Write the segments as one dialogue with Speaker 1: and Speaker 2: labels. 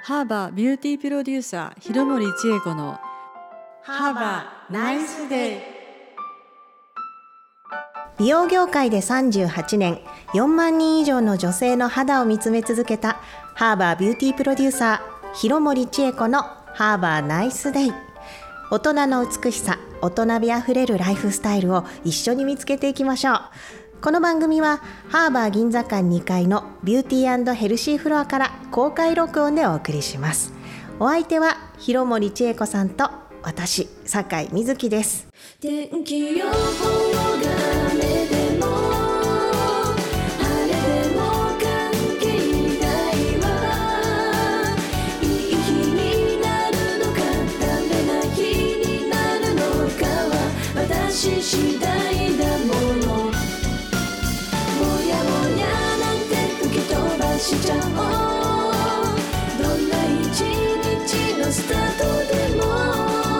Speaker 1: ハーバービューティープロデューサー広森千恵子のハーバーナイスデイ。
Speaker 2: 美容業界で38年、4万人以上の女性の肌を見つめ続けたハーバービューティープロデューサー広森千恵子のハーバーナイスデイ。大人の美しさ、大人びあふれるライフスタイルを一緒に見つけていきましょう。この番組はハーバー銀座館2階のビューティー&ヘルシーフロアから公開録音でお送りします。お相手は広森千恵子さんと私、酒井瑞希です。
Speaker 3: 天気予報が雨でも晴れでも関係ないわ。いい日になるのかダメな日になるのかは私次第だもの。もやもやなんて吹き飛ばしちゃおう。どんな一日のスタートでも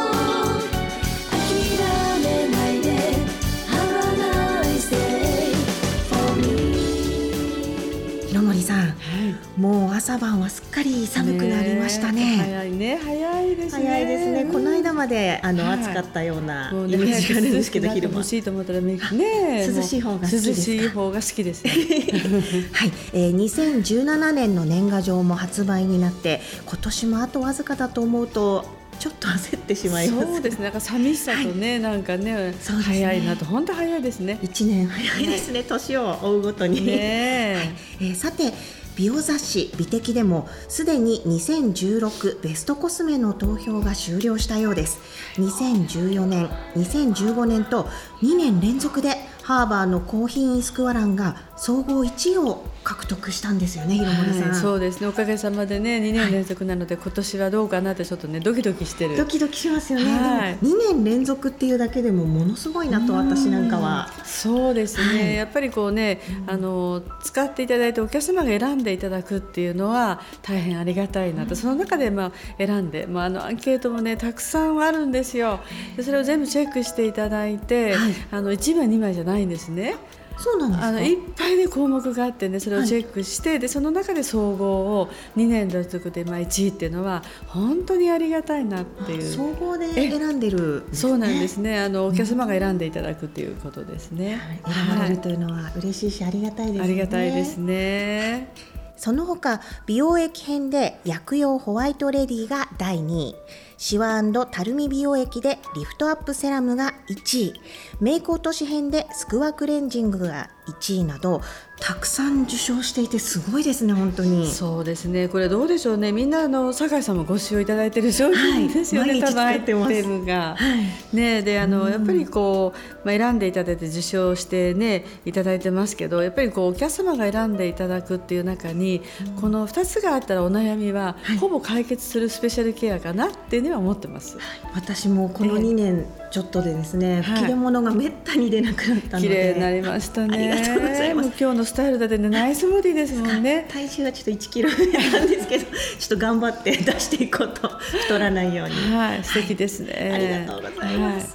Speaker 2: 広森さん、もう朝晩はすっかり寒くなりましたね。
Speaker 1: 早いね、早いですね。
Speaker 2: 早いですね。この間まで暑かったようなイメージがあるんですけど、昼間
Speaker 1: 欲しいと思ったらね、
Speaker 2: 涼しい方が好きですか？
Speaker 1: 涼しい方が好きですね。
Speaker 2: はい、2017年の年賀状も発売になって今年もあとわずかだと思うとちょっと焦ってしまいます。
Speaker 1: そうですね。なんか寂しさとね、なんかね、早いなと、本当早いですね。
Speaker 2: 1年早いですね。年を追うごとに。さて、美容雑誌美的でもすでに2016ベストコスメの投票が終了したようです。2014年、2015年と2年連続でハーバーの高品質クワランが総合1位を獲得したんですよね、広森さん。
Speaker 1: そうですね。おかげさまでね、2年連続なので、今年はどうかなってちょっとね、ドキドキしてる。
Speaker 2: ドキドキしますよね。でも2年連続っていうだけでもものすごいなと私なんかは。
Speaker 1: そうですね、やっぱりこうね、使っていただいてお客様が選んでいただくっていうのは大変ありがたいなと、その中で選んで、アンケートもねたくさんあるんですよ。でそれを全部チェックしていただいて、1枚2枚じゃないんですね。
Speaker 2: そうなんですか？
Speaker 1: いっぱいね項目があってね、それをチェックして、でその中で総合を2年連続で1位っていうのは本当にありがたいなっていう。
Speaker 2: 総合で選んでるんですね。
Speaker 1: そうなんですね。お客様が選んでいただくっていうことですね。
Speaker 2: 選ばれるというのは嬉しいしありがたいですね。
Speaker 1: ありがたいですね。
Speaker 2: その他、美容液編で薬用ホワイトレディが第2位、シワ&たるみ美容液でリフトアップセラムが1位、メイク落とし編でスクワクレンジングが1位など、たくさん受賞していてすごいですね、本当に。
Speaker 1: そうですね。これどうでしょうね。みんな酒井さんもご使用いただいている商品ですよね。
Speaker 2: 毎日使ってます。
Speaker 1: アイテムが、ね、でやっぱりこう、選んでいただいて受賞してねいただいてますけど、やっぱりこうお客様が選んでいただくっていう中に、この2つがあったらお悩みは、ほぼ解決するスペシャルケアかなっていうのは思ってます。
Speaker 2: 私もこの2年ちょっとでですね、吹き出物がめったに出なくなったので、
Speaker 1: 綺麗になりましたね。
Speaker 2: ありがとうございます。
Speaker 1: 今日のスタイルだってね、ナイスボディですもんね。
Speaker 2: 体重はちょっと1キロなんですけどちょっと頑張って出していこうと、太らないように。
Speaker 1: 素敵ですね。
Speaker 2: ありがとうございます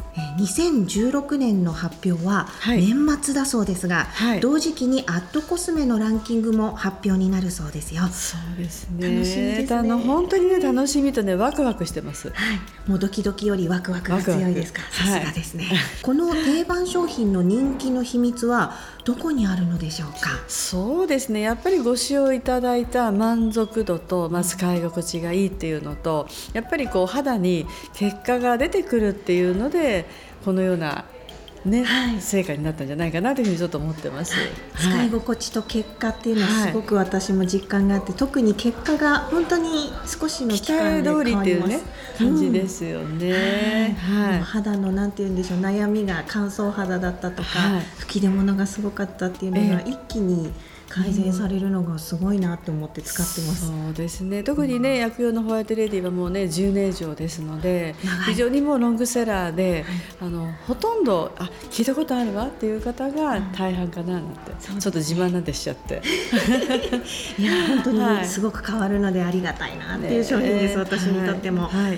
Speaker 2: 。2016年の発表は年末だそうですが、同時期にアットコスメのランキングも発表になるそうですよ。
Speaker 1: そうですね。
Speaker 2: 楽しみですね。
Speaker 1: 本当にね、楽しみとね、ワクワクしてます。
Speaker 2: もうドキドキよりワクワクが強いですから、さすがですね。この定番商品の人気の秘密はどこにあるのでしょうか？
Speaker 1: そうですね、やっぱりご使用いただいた満足度と、使い心地がいいっていうのと、やっぱりこう肌に結果が出てくるっていうので、このような成果になったんじゃないかなというふうにちょっと思ってます。
Speaker 2: 使い心地と結果っていうのはすごく私も実感があって、特に結果が本当に少しの期間で変わります。
Speaker 1: 期待通りっていうね、感じですよね。
Speaker 2: 肌のなんていうんでしょう、悩みが乾燥肌だったとか、吹き出物がすごかったっていうのが一気に改善されるのがすごいなと思って使ってます。
Speaker 1: そうですね。特にね、薬用のホワイトレディはもうね10年以上ですので、非常にもうロングセラーで、ほとんど聞いたことあるわっていう方が大半かななんて、ちょっと自慢なんてしちゃってい
Speaker 2: や本当にすごく変わるのでありがたいなっていう商品です、私にとっても。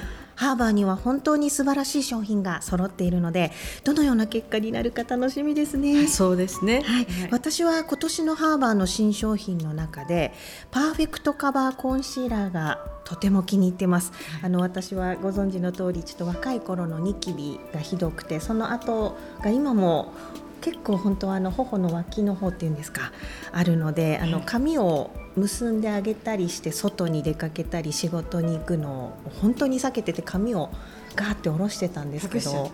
Speaker 2: ハーバーには本当に素晴らしい商品が揃っているので、どのような結果になるか楽しみですね。
Speaker 1: そうですね、
Speaker 2: はい、私は今年のハーバーの新商品の中でパーフェクトカバーコンシーラーがとても気に入ってます。私はご存知の通りちょっと若い頃のニキビがひどくて、その後が今も結構本当は頬の脇の方っていうんですかあるので、髪を結んであげたりして外に出かけたり仕事に行くのを本当に避けてて、髪をガーって下ろしてたんですけど、はい、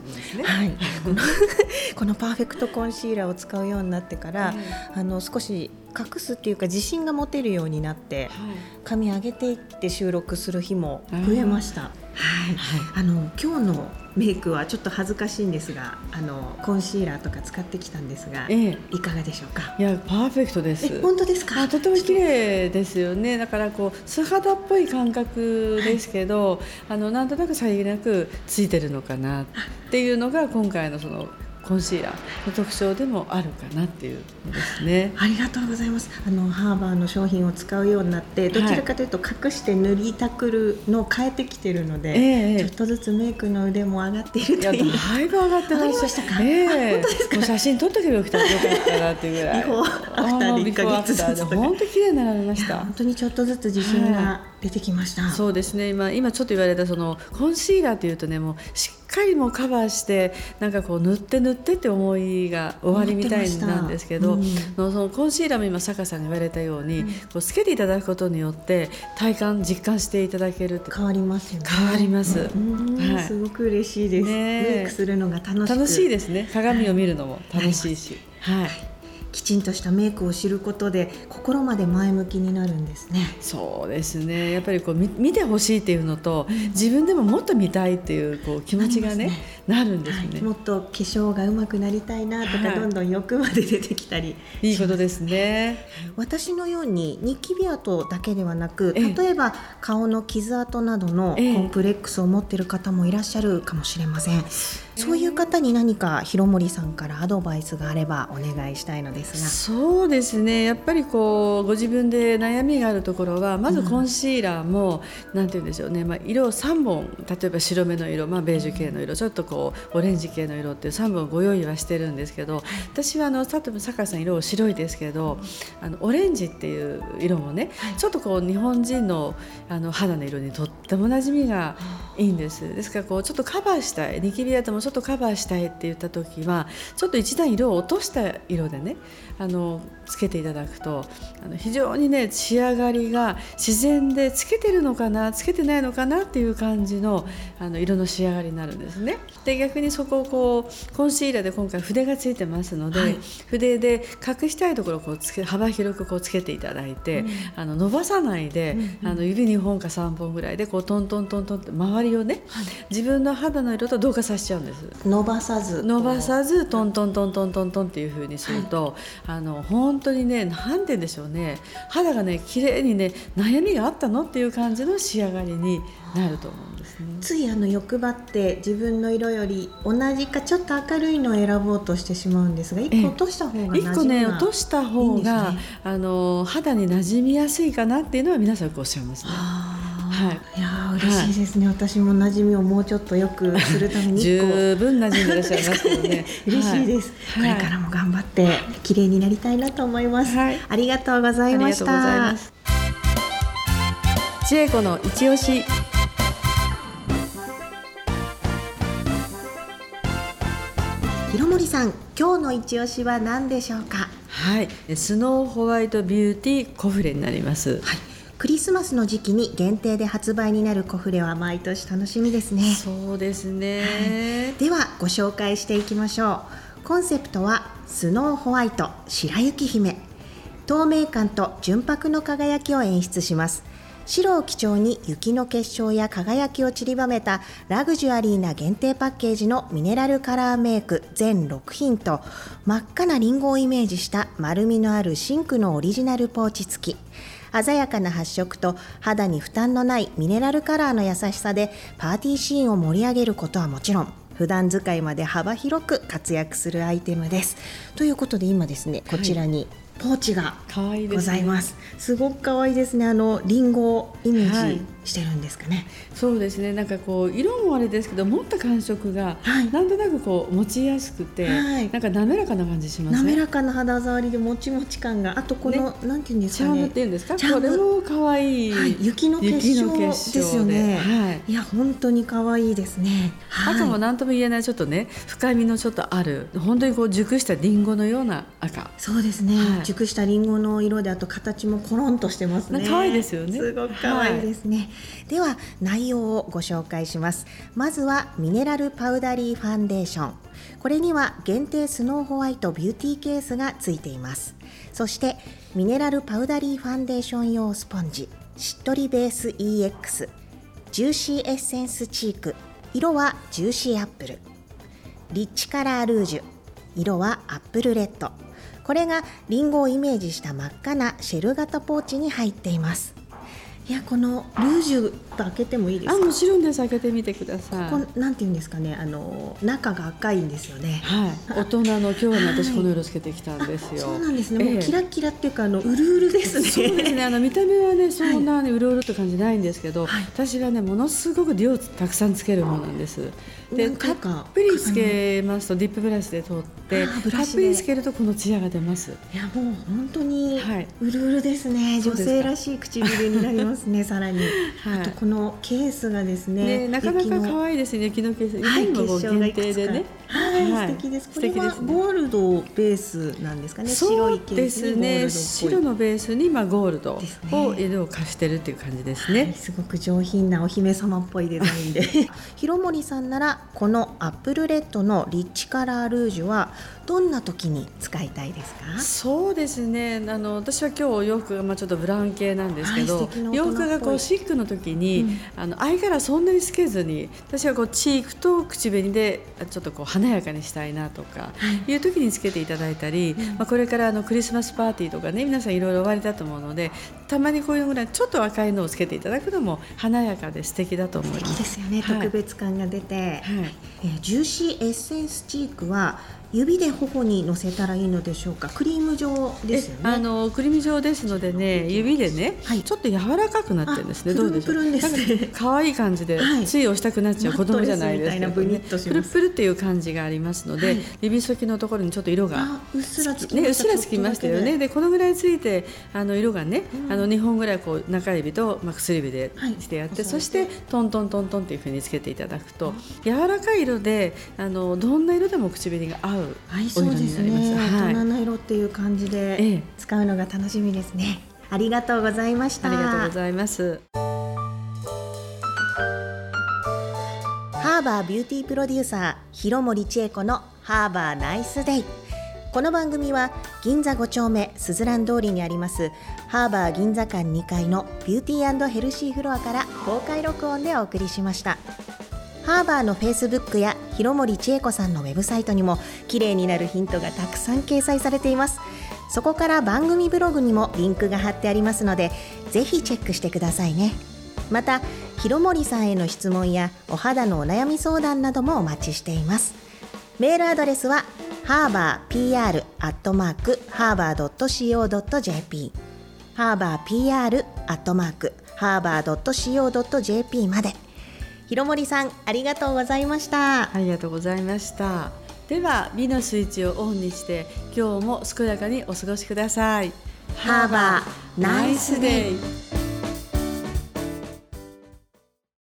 Speaker 2: このパーフェクトコンシーラーを使うようになってから、少し隠すっていうか自信が持てるようになって、髪上げていって収録する日も増えました。今日のメイクはちょっと恥ずかしいんですが、コンシーラーとか使ってきたんですが、いかがでしょうか。
Speaker 1: いやパーフェクトです。
Speaker 2: 本当ですか。
Speaker 1: とても綺麗ですよね。だから素肌っぽい感覚ですけど、なんとなくさりげなくついてるのかなっていうのが今回のそのコンシーラーの特徴でもあるかなっていうのですね。
Speaker 2: ありがとうございます。ハーバーの商品を使うようになって、どちらかというと隠して塗りたくるのを変えてきてるので、ちょっとずつメイクの腕も上がっているという。
Speaker 1: いやだいぶ上がってましたか。本当ですか。写真撮っとけばよかったなっていうぐらい。
Speaker 2: ビフォーアフターで1ヶ月ずつ
Speaker 1: 本当綺麗になられました。
Speaker 2: 本当にちょっとずつ自信が出てきました。
Speaker 1: そうですね。今ちょっと言われたそのコンシーラーというとね、もうしっかりもうカバーしてなんか塗ってって思いが終わりみたいなんですけど、そのコンシーラーも今坂さんが言われたように、つけていただくことによって体感実感していただけるって
Speaker 2: 変わりますよね。
Speaker 1: 変わります。
Speaker 2: すごく嬉しいです。メイクするのが楽
Speaker 1: しいですね。鏡を見るのも楽しいし、
Speaker 2: きちんとしたメイクを知ることで心まで前向きになるんですね。
Speaker 1: そうですね。やっぱり見てほしいっていうのと、自分でももっと見たいっていう気持ちがねなるんですね。
Speaker 2: もっと化粧が上手くなりたいなとか、どんどん欲まで出てきたり、
Speaker 1: いいことですね。
Speaker 2: 私のようにニキビ跡だけではなく、例えば顔の傷跡などのコンプレックスを持っている方もいらっしゃるかもしれません。そういう方に何か広森さんからアドバイスがあればお願いしたいのですが。
Speaker 1: そうですね。やっぱりご自分で悩みがあるところは、まずコンシーラーもなんて言うんでしょうね、色を3本、例えば白目の色、ベージュ系の色、ちょっとオレンジ系の色っていう3本ご用意はしてるんですけど、私は例えば坂井さん色白いですけど、オレンジっていう色もね、ちょっと日本人の肌の色にとっても馴染みがいいんです。ですからちょっとカバーしたい、ニキビ跡もちょっとカバーしたいって言った時は、ちょっと一段色を落とした色でねつけていただくと非常にね仕上がりが自然で、つけてるのかなつけてないのかなっていう感じの色の仕上がりになるんですね。で逆にそこをコンシーラーで今回筆がついてますので、筆で隠したいところを幅広くつけていただいて、伸ばさないで、指2本か3本ぐらいでトントントントンって周りをね、自分の肌の色と同化させちゃうんです。
Speaker 2: 伸ばさず
Speaker 1: トントントントントントンっていう風にすると、本当にね、なんて言うんでしょうね、肌がね綺麗にね、悩みがあったのっていう感じの仕上がりになると思うんですね。
Speaker 2: つい欲張って自分の色より同じかちょっと明るいのを選ぼうとしてしまうんですが、1個落とした方が馴染みがいいんですね。
Speaker 1: 1個ね落とした方が肌に馴染みやすいかなっていうのは皆さんよくおっしゃいますね。
Speaker 2: いや嬉しいですね。私も馴染みをもうちょっとよくするために
Speaker 1: 十分馴染んでいらっしゃいますけどね
Speaker 2: 嬉しいです、これからも頑張って綺麗になりたいなと思います、ありがとうございました。
Speaker 1: 千恵子の一押し。
Speaker 2: 広森さん、今日の一押しは何でしょうか。
Speaker 1: スノーホワイトビューティーコフレになります。
Speaker 2: クリスマスの時期に限定で発売になるコフレは毎年楽しみですね。
Speaker 1: そうですね、
Speaker 2: ではご紹介していきましょう。コンセプトはスノーホワイト白雪姫。透明感と純白の輝きを演出します。白を基調に雪の結晶や輝きを散りばめたラグジュアリーな限定パッケージのミネラルカラーメイク全6品と、真っ赤なリンゴをイメージした丸みのあるシンクのオリジナルポーチ付き。鮮やかな発色と肌に負担のないミネラルカラーの優しさでパーティーシーンを盛り上げることはもちろん、普段使いまで幅広く活躍するアイテムです。ということで今ですね、こちらにポーチがございます。すごく可愛いですね。リンゴをイメージしてるんですかね。
Speaker 1: そうですね、なんかこう色もあれですけど持った感触がなんとなくこう持ちやすくて、なんか滑らかな感じしますね。
Speaker 2: 滑らかな肌触りでもちもち感が、あとこの、なんていうんです
Speaker 1: チャームっ
Speaker 2: かね、
Speaker 1: ていうんですか、これも可愛い、
Speaker 2: 雪の結晶ですよね。いや本当に可愛いですね。
Speaker 1: 赤も何とも言えないちょっとね深みのちょっとある、本当にこう熟したリンゴのような赤。
Speaker 2: そうですね、熟したリンゴの色で、あと形もコロンとしてますね。
Speaker 1: 可愛いですよね。
Speaker 2: すごく可愛いですね。では内容をご紹介します。まずはミネラルパウダリーファンデーション、これには限定スノーホワイトビューティーケースがついています。そしてミネラルパウダリーファンデーション用スポンジ、しっとりベース EX、 ジューシーエッセンスチーク、色はジューシーアップル、リッチカラールージュ、色はアップルレッド、これがリンゴをイメージした真っ赤なシェル型ポーチに入っています。いや、このルージュ開けてもいいですか？
Speaker 1: もちろんです。開けてみてください。
Speaker 2: ここなんていうんですかね、中が赤いんですよね。
Speaker 1: 大人の今日は私この色つけてきたんですよ。
Speaker 2: そうなんですね。もうキラキラっていうかうるうるですね。
Speaker 1: そうですね。見た目はねそんなにうるうるって感じないんですけど、私はねものすごく量たくさんつけるものなんです。でたっぷりつけますとディップブラシで取ってたっぷりつけるとこのツヤが出ます。
Speaker 2: いやもう本当にうるうるですね。女性らしい唇になりますね。さらにあとこのケースがですね、
Speaker 1: なかなか可愛いですね。雪のケース、今も限定でね。
Speaker 2: 素敵です。これはゴールドベースなんですかね。白いケースにゴールドっぽい。
Speaker 1: 白のベースにゴールドを色を貸してるっていう感じですね。
Speaker 2: すごく上品なお姫様っぽいデザインで広森さんならこのアップルレッドのリッチカラールージュはどんな時に使いたいですか？
Speaker 1: そうですね、私は今日お洋服がちょっとブラウン系なんですけど、洋服がこうシックの時に、アイカラーそんなにつけずに、私はこうチークと口紅でちょっとこう華やかにしたいなとかいう時につけていただいたり、これからクリスマスパーティーとかね、皆さんいろいろおありだと思うので、たまにこういうぐらいちょっと赤いのをつけていただくのも華やかで素敵だと思います。
Speaker 2: 素敵ですよね、特別感が出て、ジューシーエッセンスチークは指で頬にのせたらいいのでしょうか？クリーム状ですよね。
Speaker 1: クリーム状ですのでね、指でね、ちょっと柔らかくなってるんですね。どうでしょう？
Speaker 2: プルンですね。
Speaker 1: 可愛い感じで、つい押したくなっちゃう子供じゃないですけどね。プルプルっていう感じがありますので、指先のところにちょっと色が
Speaker 2: うっすらつ
Speaker 1: きましたよね。でこのぐらいついて色がね、2本ぐらいこう中指と薬指でしてやって、そしてトントントントンっていう風につけていただくと、柔らかい色でどんな色でも口紅が合うお色になります。
Speaker 2: 大人の色っていう感じで使うのが楽しみですね。ありがとうございました。
Speaker 1: ありがとうございます。
Speaker 2: ハーバービューティープロデューサー広森千恵子のハーバーナイスデイ。この番組は銀座5丁目すずらん通りにありますハーバー銀座館2階のビューティー&ヘルシーフロアから公開録音でお送りしました。ハーバーのフェイスブックや広森千恵子さんのウェブサイトにも綺麗になるヒントがたくさん掲載されています。そこから番組ブログにもリンクが貼ってありますので、ぜひチェックしてくださいね。また広森さんへの質問やお肌のお悩み相談などもお待ちしています。メールアドレスはharbarpr@harvard.co.jp harbarpr@harvard.co.jp まで。広森さん、ありがとうございました。
Speaker 1: ありがとうございました。では美のスイッチをオンにして今日も健やかにお過ごしください。
Speaker 2: ハーバーナイスデイ。